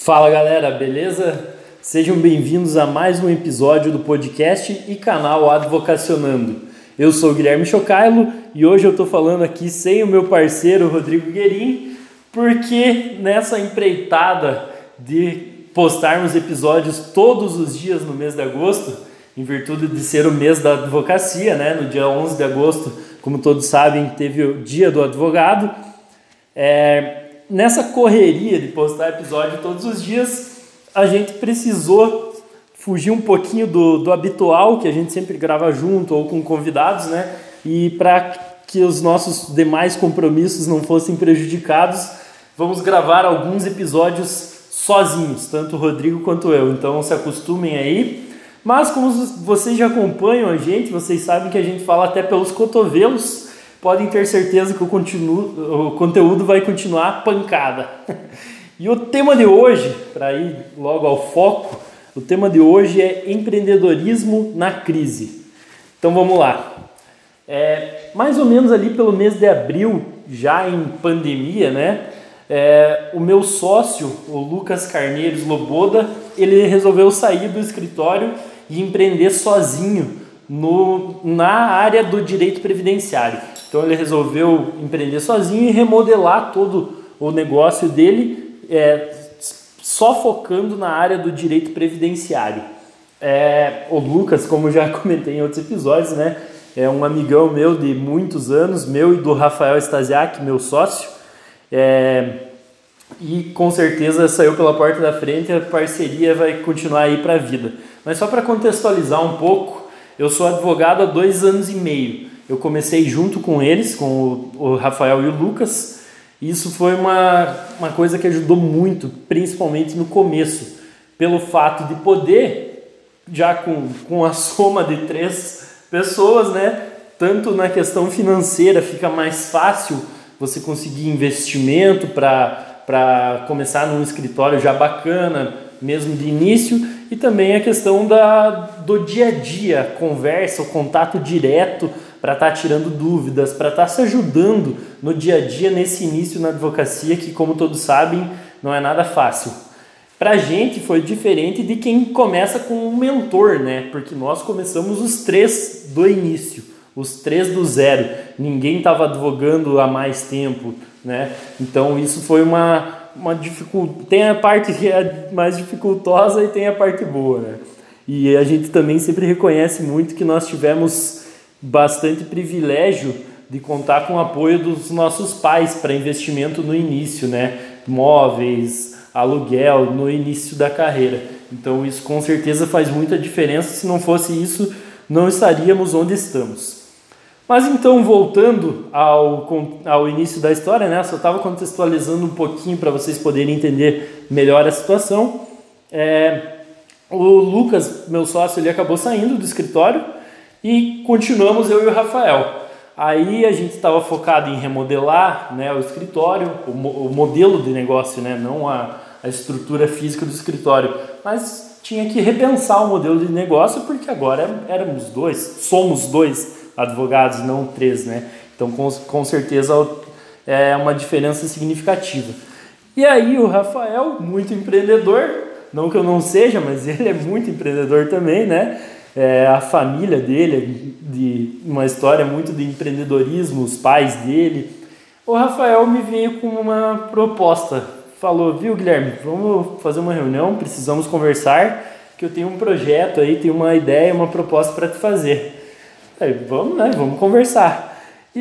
Fala galera, beleza? Sejam bem-vindos a mais um episódio do podcast e canal Advocacionando. Eu sou o Guilherme Chocailo e hoje eu tô falando aqui sem o meu parceiro Rodrigo Guerin, porque nessa empreitada de postarmos episódios todos os dias no mês de agosto, em virtude de ser o mês da advocacia, né? No dia 11 de agosto, como todos sabem, teve o Dia do Advogado. Nessa correria de postar episódio todos os dias, a gente precisou fugir um pouquinho do habitual, que a gente sempre grava junto ou com convidados, né? E para que os nossos demais compromissos não fossem prejudicados, vamos gravar alguns episódios sozinhos, tanto o Rodrigo quanto eu. Então se acostumem aí. Mas como vocês já acompanham a gente, vocês sabem que a gente fala até pelos cotovelos, podem ter certeza que o conteúdo vai continuar pancada. E o tema de hoje, para ir logo ao foco, o tema de hoje é empreendedorismo na crise. Então vamos lá. Mais ou menos ali pelo mês de abril, já em pandemia, né? O meu sócio, o Lucas Carneiros Loboda, ele resolveu sair do escritório e empreender sozinho na área do direito previdenciário. Então ele resolveu empreender sozinho e remodelar todo o negócio dele, só focando na área do direito previdenciário. O Lucas, como já comentei em outros episódios, né, é um amigão meu de muitos anos, meu e do Rafael Stasiak, meu sócio, e com certeza saiu pela porta da frente, a parceria vai continuar aí para a vida. Mas só para contextualizar um pouco, eu sou advogado há 2 anos e meio. Eu comecei junto com eles, com o Rafael e o Lucas. Isso foi uma coisa que ajudou muito, principalmente no começo, pelo fato de poder, já com a soma de 3 pessoas, né? Tanto na questão financeira fica mais fácil você conseguir investimento para começar num escritório já bacana, mesmo de início, e também a questão do dia a dia, a conversa, o contato direto, para estar tirando dúvidas, para estar se ajudando no dia a dia nesse início na advocacia, que como todos sabem, não é nada fácil. Para a gente foi diferente de quem começa com um mentor, né? Porque nós começamos os 3 do início, os 3 do zero. Ninguém estava advogando há mais tempo, né? Então isso foi uma dificuldade. Tem a parte que é mais dificultosa e tem a parte boa, né? E a gente também sempre reconhece muito que nós tivemos bastante privilégio de contar com o apoio dos nossos pais para investimento no início, né? Móveis, aluguel, no início da carreira. Então isso com certeza faz muita diferença. Se não fosse isso, não estaríamos onde estamos. Mas então, voltando ao início da história, né? Só estava contextualizando um pouquinho para vocês poderem entender melhor a situação. O Lucas, meu sócio, ele acabou saindo do escritório e continuamos eu e o Rafael. Aí a gente estava focado em remodelar, né, o escritório, o modelo de negócio, né, não a estrutura física do escritório, mas tinha que repensar o modelo de negócio porque agora somos 2 advogados, não 3, né? Então com certeza é uma diferença significativa. E aí o Rafael, muito empreendedor, não que eu não seja, mas ele é muito empreendedor também, né? A família dele, de uma história muito de empreendedorismo, os pais dele. O Rafael me veio com uma proposta, falou, viu Guilherme, vamos fazer uma reunião, precisamos conversar, que eu tenho um projeto aí, tenho uma ideia, uma proposta para te fazer. Aí, vamos, né? Vamos conversar.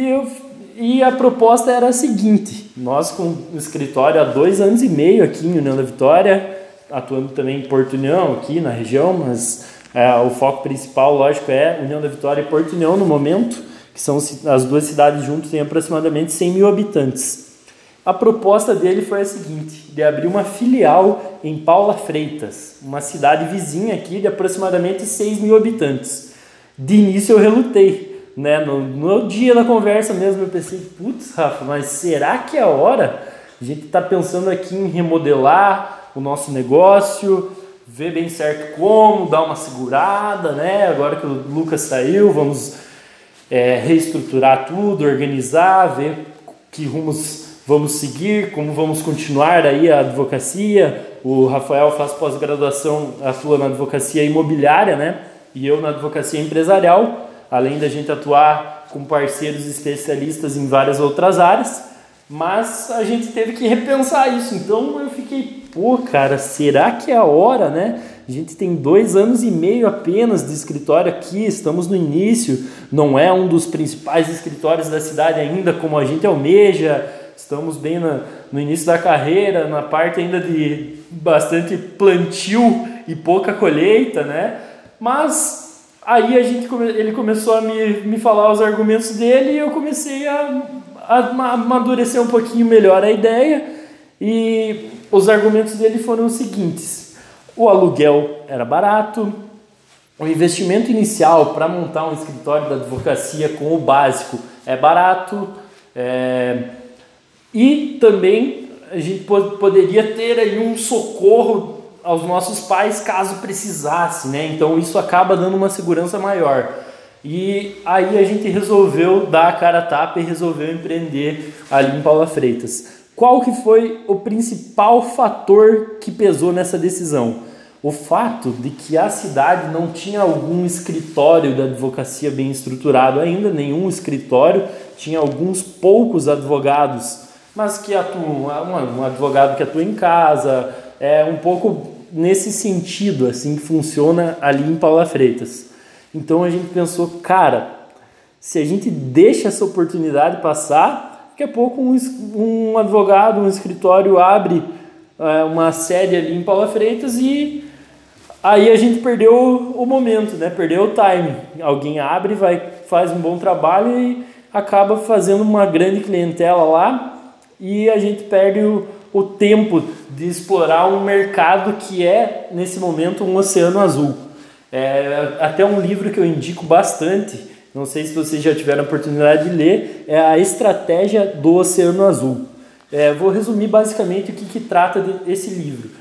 E a proposta era a seguinte, nós com o escritório há 2 anos e meio aqui em União da Vitória, atuando também em Porto União, aqui na região, mas o foco principal, lógico, é União da Vitória e Porto União no momento, que são as 2 cidades juntas, têm aproximadamente 100 mil habitantes. A proposta dele foi a seguinte, de abrir uma filial em Paula Freitas, uma cidade vizinha aqui de aproximadamente 6 mil habitantes. De início eu relutei, né? No dia da conversa mesmo eu pensei, putz, Rafa, mas será que é a hora? A gente está pensando aqui em remodelar o nosso negócio, ver bem certo como, dar uma segurada, né? Agora que o Lucas saiu, vamos reestruturar tudo, organizar, ver que rumos vamos seguir, como vamos continuar aí a advocacia. O Rafael faz pós-graduação, atua na advocacia imobiliária, né? E eu na advocacia empresarial, além da gente atuar com parceiros especialistas em várias outras áreas, mas a gente teve que repensar isso. Então eu fiquei, cara, será que é a hora, né? A gente tem 2 anos e meio apenas de escritório aqui, estamos no início, não é um dos principais escritórios da cidade ainda, como a gente almeja, estamos bem no início da carreira, na parte ainda de bastante plantio e pouca colheita, né? Mas aí ele começou a me falar os argumentos dele e eu comecei a amadurecer um pouquinho melhor a ideia, e os argumentos dele foram os seguintes: o aluguel era barato, o investimento inicial para montar um escritório da advocacia com o básico é barato, e também a gente poderia ter aí um socorro aos nossos pais caso precisasse, né? Então isso acaba dando uma segurança maior. E aí a gente resolveu dar a cara a tapa e resolveu empreender ali em Paula Freitas. Qual que foi o principal fator que pesou nessa decisão? O fato de que a cidade não tinha algum escritório da advocacia bem estruturado ainda, nenhum escritório, tinha alguns poucos advogados, mas que atuam, um advogado que atua em casa, um pouco nesse sentido, assim que funciona ali em Paula Freitas. Então a gente pensou, cara, se a gente deixa essa oportunidade passar, daqui a pouco um advogado, um escritório abre uma sede ali em Paula Freitas e aí a gente perdeu o momento, né? Perdeu o time. Alguém abre, faz um bom trabalho e acaba fazendo uma grande clientela lá, e a gente perde o tempo de explorar um mercado que é, nesse momento, um oceano azul. Até um livro que eu indico bastante, não sei se vocês já tiveram a oportunidade de ler, é A Estratégia do Oceano Azul. Vou resumir basicamente o que trata esse livro.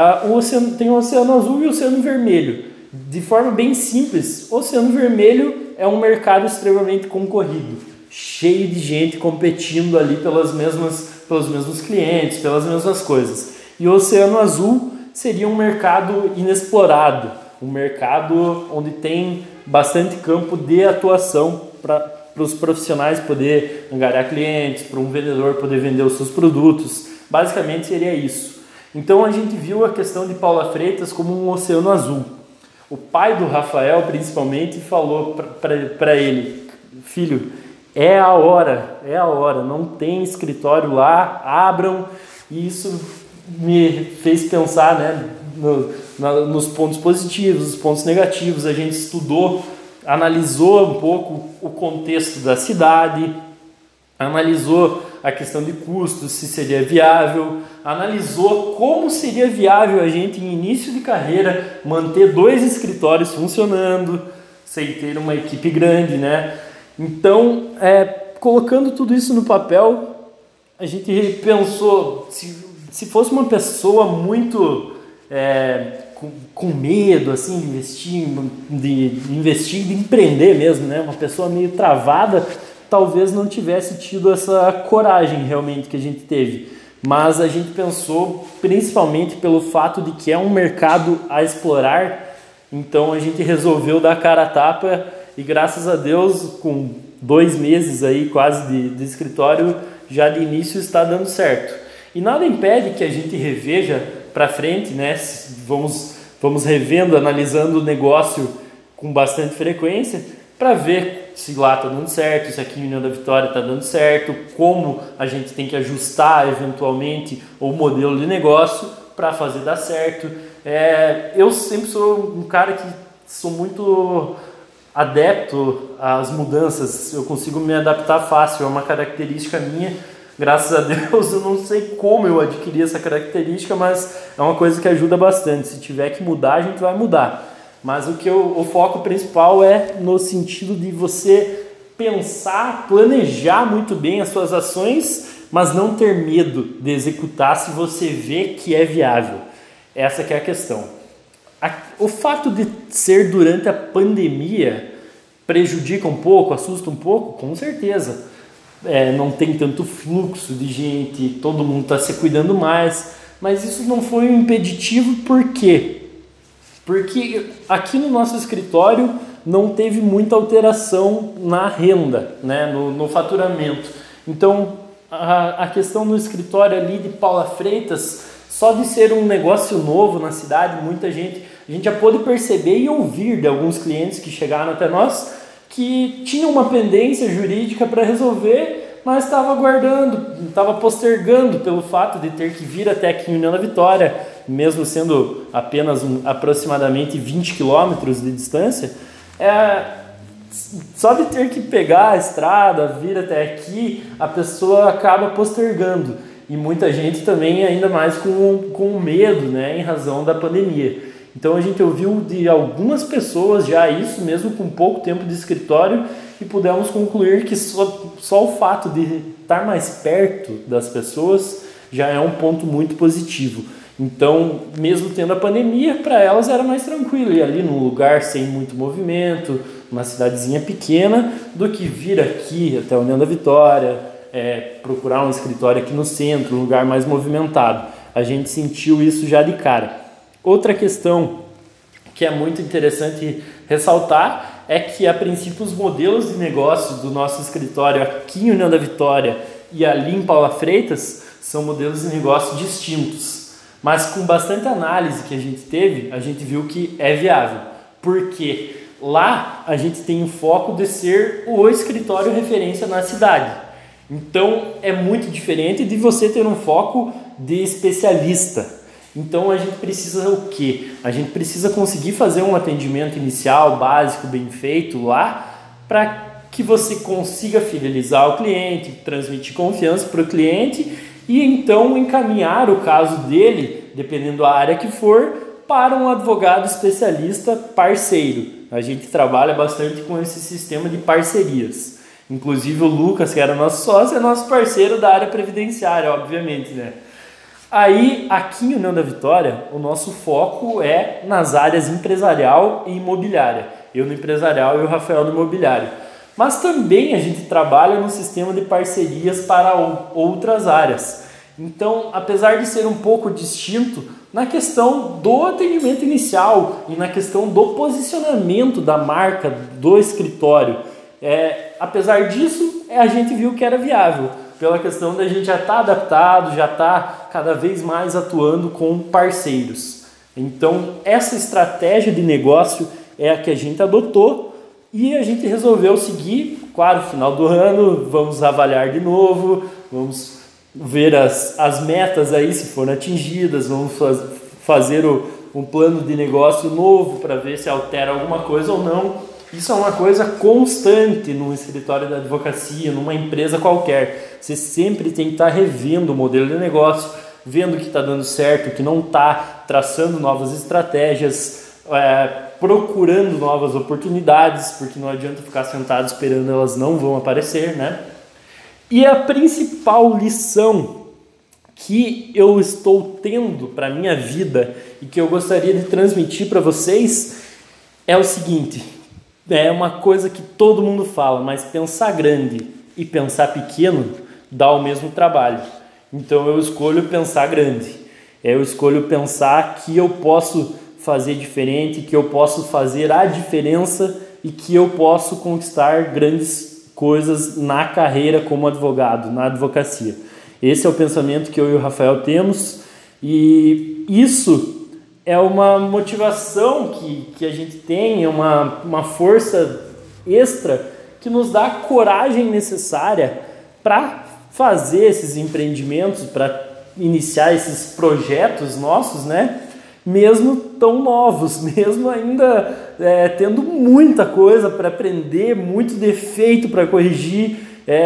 Tem o Oceano Azul e o Oceano Vermelho. De forma bem simples, o Oceano Vermelho é um mercado extremamente concorrido, cheio de gente competindo ali pelos mesmos clientes, pelas mesmas coisas. E o Oceano Azul seria um mercado inexplorado, um mercado onde tem bastante campo de atuação para os profissionais poder angariar clientes, para um vendedor poder vender os seus produtos. Basicamente seria isso. Então a gente viu a questão de Paula Freitas como um oceano azul. O pai do Rafael, principalmente, falou para ele: filho, é a hora, não tem escritório lá, abram. E isso me fez pensar, né, nos pontos positivos, nos pontos negativos. A gente estudou, analisou um pouco o contexto da cidade, analisou a questão de custos, se seria viável, analisou como seria viável a gente, em início de carreira, manter 2 escritórios funcionando, sem ter uma equipe grande, né? Então, colocando tudo isso no papel, a gente pensou, se fosse uma pessoa muito com medo assim, de investir, de empreender mesmo, né? Uma pessoa meio travada, talvez não tivesse tido essa coragem realmente que a gente teve. Mas a gente pensou principalmente pelo fato de que é um mercado a explorar, então a gente resolveu dar a cara a tapa e, graças a Deus, com 2 meses aí quase de escritório, já de início está dando certo. E nada impede que a gente reveja para frente, né? Vamos revendo, analisando o negócio com bastante frequência para ver se lá está dando certo, se aqui em União da Vitória está dando certo, como a gente tem que ajustar eventualmente o modelo de negócio para fazer dar certo. Eu sempre sou um cara que sou muito adepto às mudanças, eu consigo me adaptar fácil, é uma característica minha. Graças a Deus, eu não sei como eu adquiri essa característica, mas é uma coisa que ajuda bastante. Se tiver que mudar, a gente vai mudar. Mas o foco principal é no sentido de você pensar, planejar muito bem as suas ações, mas não ter medo de executar se você vê que é viável. Essa que é a questão. O fato de ser durante a pandemia prejudica um pouco, assusta um pouco, com certeza. não tem tanto fluxo de gente, todo mundo está se cuidando mais, mas isso não foi um impeditivo. Por quê? Porque aqui no nosso escritório não teve muita alteração na renda, né, no faturamento. Então, a questão no escritório ali de Paula Freitas, só de ser um negócio novo na cidade, a gente já pôde perceber e ouvir de alguns clientes que chegaram até nós que tinham uma pendência jurídica para resolver, mas estava aguardando, estava postergando pelo fato de ter que vir até aqui em União da Vitória, mesmo sendo apenas aproximadamente 20 quilômetros de distância. Só de ter que pegar a estrada, vir até aqui, a pessoa acaba postergando. E muita gente também ainda mais com medo, né, em razão da pandemia. Então a gente ouviu de algumas pessoas já isso, mesmo com pouco tempo de escritório, e pudemos concluir que só o fato de estar mais perto das pessoas já é um ponto muito positivo. Então, mesmo tendo a pandemia, para elas era mais tranquilo ir ali num lugar sem muito movimento, uma cidadezinha pequena, do que vir aqui até a União da Vitória, procurar um escritório aqui no centro, um lugar mais movimentado. A gente sentiu isso já de cara. Outra questão que é muito interessante ressaltar é que, a princípio, os modelos de negócio do nosso escritório aqui em União da Vitória e ali em Paula Freitas são modelos de negócio distintos. Mas com bastante análise que a gente teve, a gente viu que é viável. Porque lá a gente tem o foco de ser o escritório referência na cidade. Então é muito diferente de você ter um foco de especialista. Então a gente precisa o quê? A gente precisa conseguir fazer um atendimento inicial, básico, bem feito lá, para que você consiga fidelizar o cliente, transmitir confiança para o cliente e então encaminhar o caso dele, dependendo da área que for, para um advogado especialista parceiro. A gente trabalha bastante com esse sistema de parcerias. Inclusive o Lucas, que era nosso sócio, é nosso parceiro da área previdenciária, obviamente, né? Aí, aqui em União da Vitória, o nosso foco é nas áreas empresarial e imobiliária. Eu no empresarial e o Rafael no imobiliário. Mas também a gente trabalha no sistema de parcerias para outras áreas. Então, apesar de ser um pouco distinto, na questão do atendimento inicial e na questão do posicionamento da marca do escritório, apesar disso, a gente viu que era viável, pela questão da gente já estar adaptado, já estar cada vez mais atuando com parceiros. Então, essa estratégia de negócio é a que a gente adotou e a gente resolveu seguir. Claro, final do ano, vamos avaliar de novo, vamos ver as metas aí, se foram atingidas, vamos fazer um plano de negócio novo para ver se altera alguma coisa ou não. Isso é uma coisa constante no escritório da advocacia, numa empresa qualquer. Você sempre tem que estar revendo o modelo de negócio, vendo o que está dando certo, o que não está, traçando novas estratégias, procurando novas oportunidades, porque não adianta ficar sentado esperando, elas não vão aparecer, né? E a principal lição que eu estou tendo para a minha vida e que eu gostaria de transmitir para vocês é o seguinte: é uma coisa que todo mundo fala, mas pensar grande e pensar pequeno dá o mesmo trabalho. Então eu escolho pensar grande. Eu escolho pensar que eu posso fazer diferente, que eu posso fazer a diferença e que eu posso conquistar grandes coisas na carreira como advogado, na advocacia. Esse é o pensamento que eu e o Rafael temos, e isso é uma motivação que a gente tem, é uma força extra que nos dá a coragem necessária para fazer esses empreendimentos, para iniciar esses projetos nossos, né? Mesmo tão novos, mesmo ainda tendo muita coisa para aprender, muito defeito para corrigir.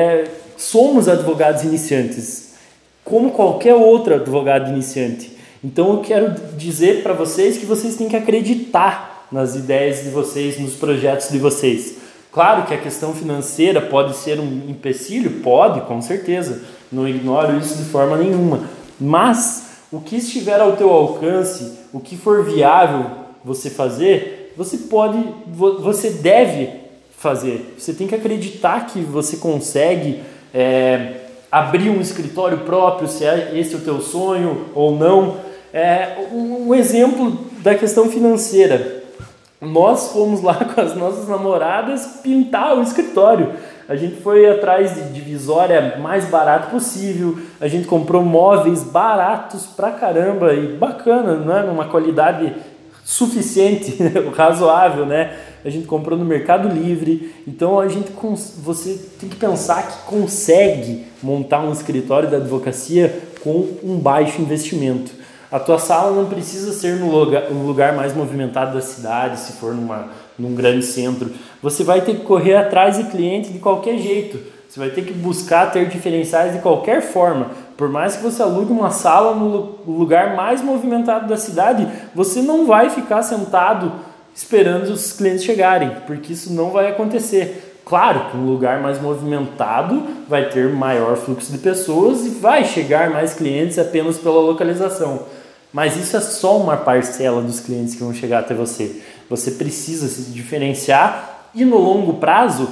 Somos advogados iniciantes, como qualquer outro advogado iniciante. Então eu quero dizer para vocês que vocês têm que acreditar nas ideias de vocês, nos projetos de vocês. Claro que a questão financeira pode ser um empecilho, pode, com certeza, não ignoro isso de forma nenhuma, mas o que estiver ao teu alcance, o que for viável você fazer, você deve fazer. Você tem que acreditar que você consegue abrir um escritório próprio, se esse é o teu sonho ou não. Um exemplo da questão financeira. Nós fomos lá com as nossas namoradas pintar o escritório. A gente foi atrás de divisória mais barato possível, a gente comprou móveis baratos pra caramba e bacana, né? Numa qualidade suficiente, razoável, né? A gente comprou no Mercado Livre. Então você tem que pensar que consegue montar um escritório da advocacia com um baixo investimento. A tua sala não precisa ser no lugar mais movimentado da cidade, se for num grande centro. Você vai ter que correr atrás de cliente de qualquer jeito. Você vai ter que buscar ter diferenciais de qualquer forma. Por mais que você alugue uma sala no lugar mais movimentado da cidade, você não vai ficar sentado esperando os clientes chegarem, porque isso não vai acontecer. Claro que um lugar mais movimentado vai ter maior fluxo de pessoas e vai chegar mais clientes apenas pela localização. Mas isso é só uma parcela dos clientes que vão chegar até você. Você precisa se diferenciar e no longo prazo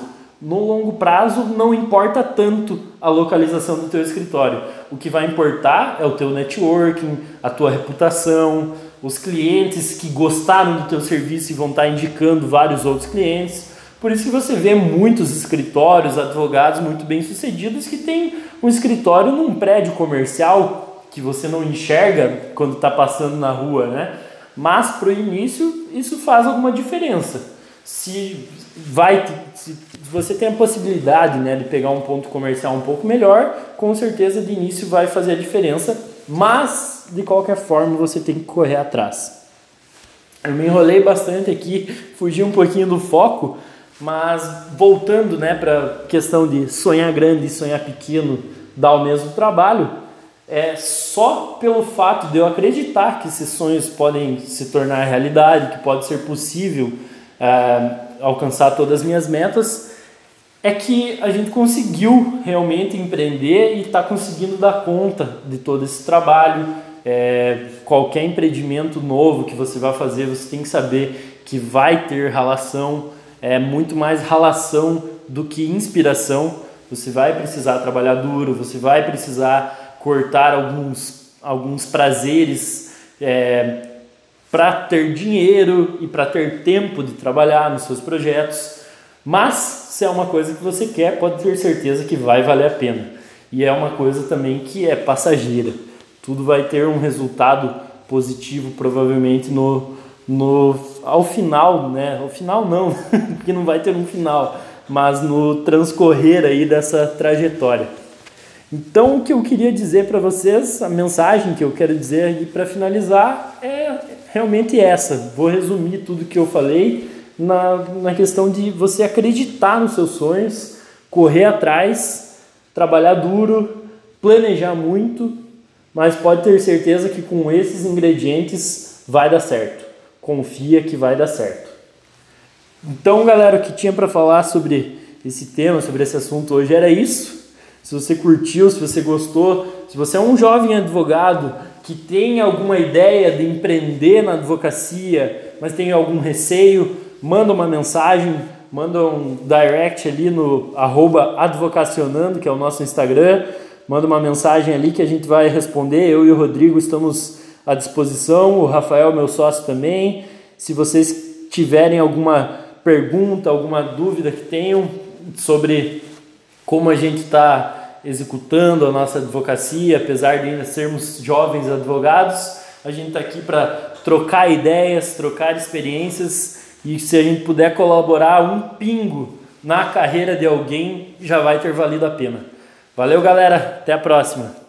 não importa tanto a localização do teu escritório. O que vai importar é o teu networking, a tua reputação, os clientes que gostaram do teu serviço e vão estar indicando vários outros clientes. Por isso que você vê muitos escritórios, advogados muito bem sucedidos que têm um escritório num prédio comercial que você não enxerga quando está passando na rua, né? Mas para o início isso faz alguma diferença. Se você tem a possibilidade, né, de pegar um ponto comercial um pouco melhor, com certeza de início vai fazer a diferença, mas de qualquer forma você tem que correr atrás. Eu me enrolei bastante aqui, fugi um pouquinho do foco, mas voltando, né, para a questão de sonhar grande e sonhar pequeno dá o mesmo trabalho. Só pelo fato de eu acreditar que esses sonhos podem se tornar realidade, que pode ser possível alcançar todas as minhas metas, é que a gente conseguiu realmente empreender e está conseguindo dar conta de todo esse trabalho. Qualquer empreendimento novo que você vai fazer, você tem que saber que vai ter ralação, muito mais ralação do que inspiração. Você vai precisar trabalhar duro, você vai precisar cortar alguns prazeres para ter dinheiro e para ter tempo de trabalhar nos seus projetos. Mas se é uma coisa que você quer, pode ter certeza que vai valer a pena. E é uma coisa também que é passageira. Tudo vai ter um resultado positivo provavelmente ao final, né? Ao final não, porque não vai ter um final, mas no transcorrer aí dessa trajetória. Então, o que eu queria dizer para vocês, a mensagem que eu quero dizer aqui para finalizar é realmente essa. Vou resumir tudo que eu falei na questão de você acreditar nos seus sonhos, correr atrás, trabalhar duro, planejar muito, mas pode ter certeza que com esses ingredientes vai dar certo. Confia que vai dar certo. Então, galera, o que tinha para falar sobre esse tema, sobre esse assunto hoje era isso. Se você curtiu, se você gostou, se você é um jovem advogado que tem alguma ideia de empreender na advocacia, mas tem algum receio, manda uma mensagem, manda um direct ali no @advocacionando, que é o nosso Instagram, manda uma mensagem ali que a gente vai responder. Eu e o Rodrigo estamos à disposição, o Rafael, meu sócio, também. Se vocês tiverem alguma pergunta, alguma dúvida que tenham sobre como a gente está executando a nossa advocacia, apesar de ainda sermos jovens advogados, a gente está aqui para trocar ideias, trocar experiências, e se a gente puder colaborar um pingo na carreira de alguém, já vai ter valido a pena. Valeu, galera, até a próxima!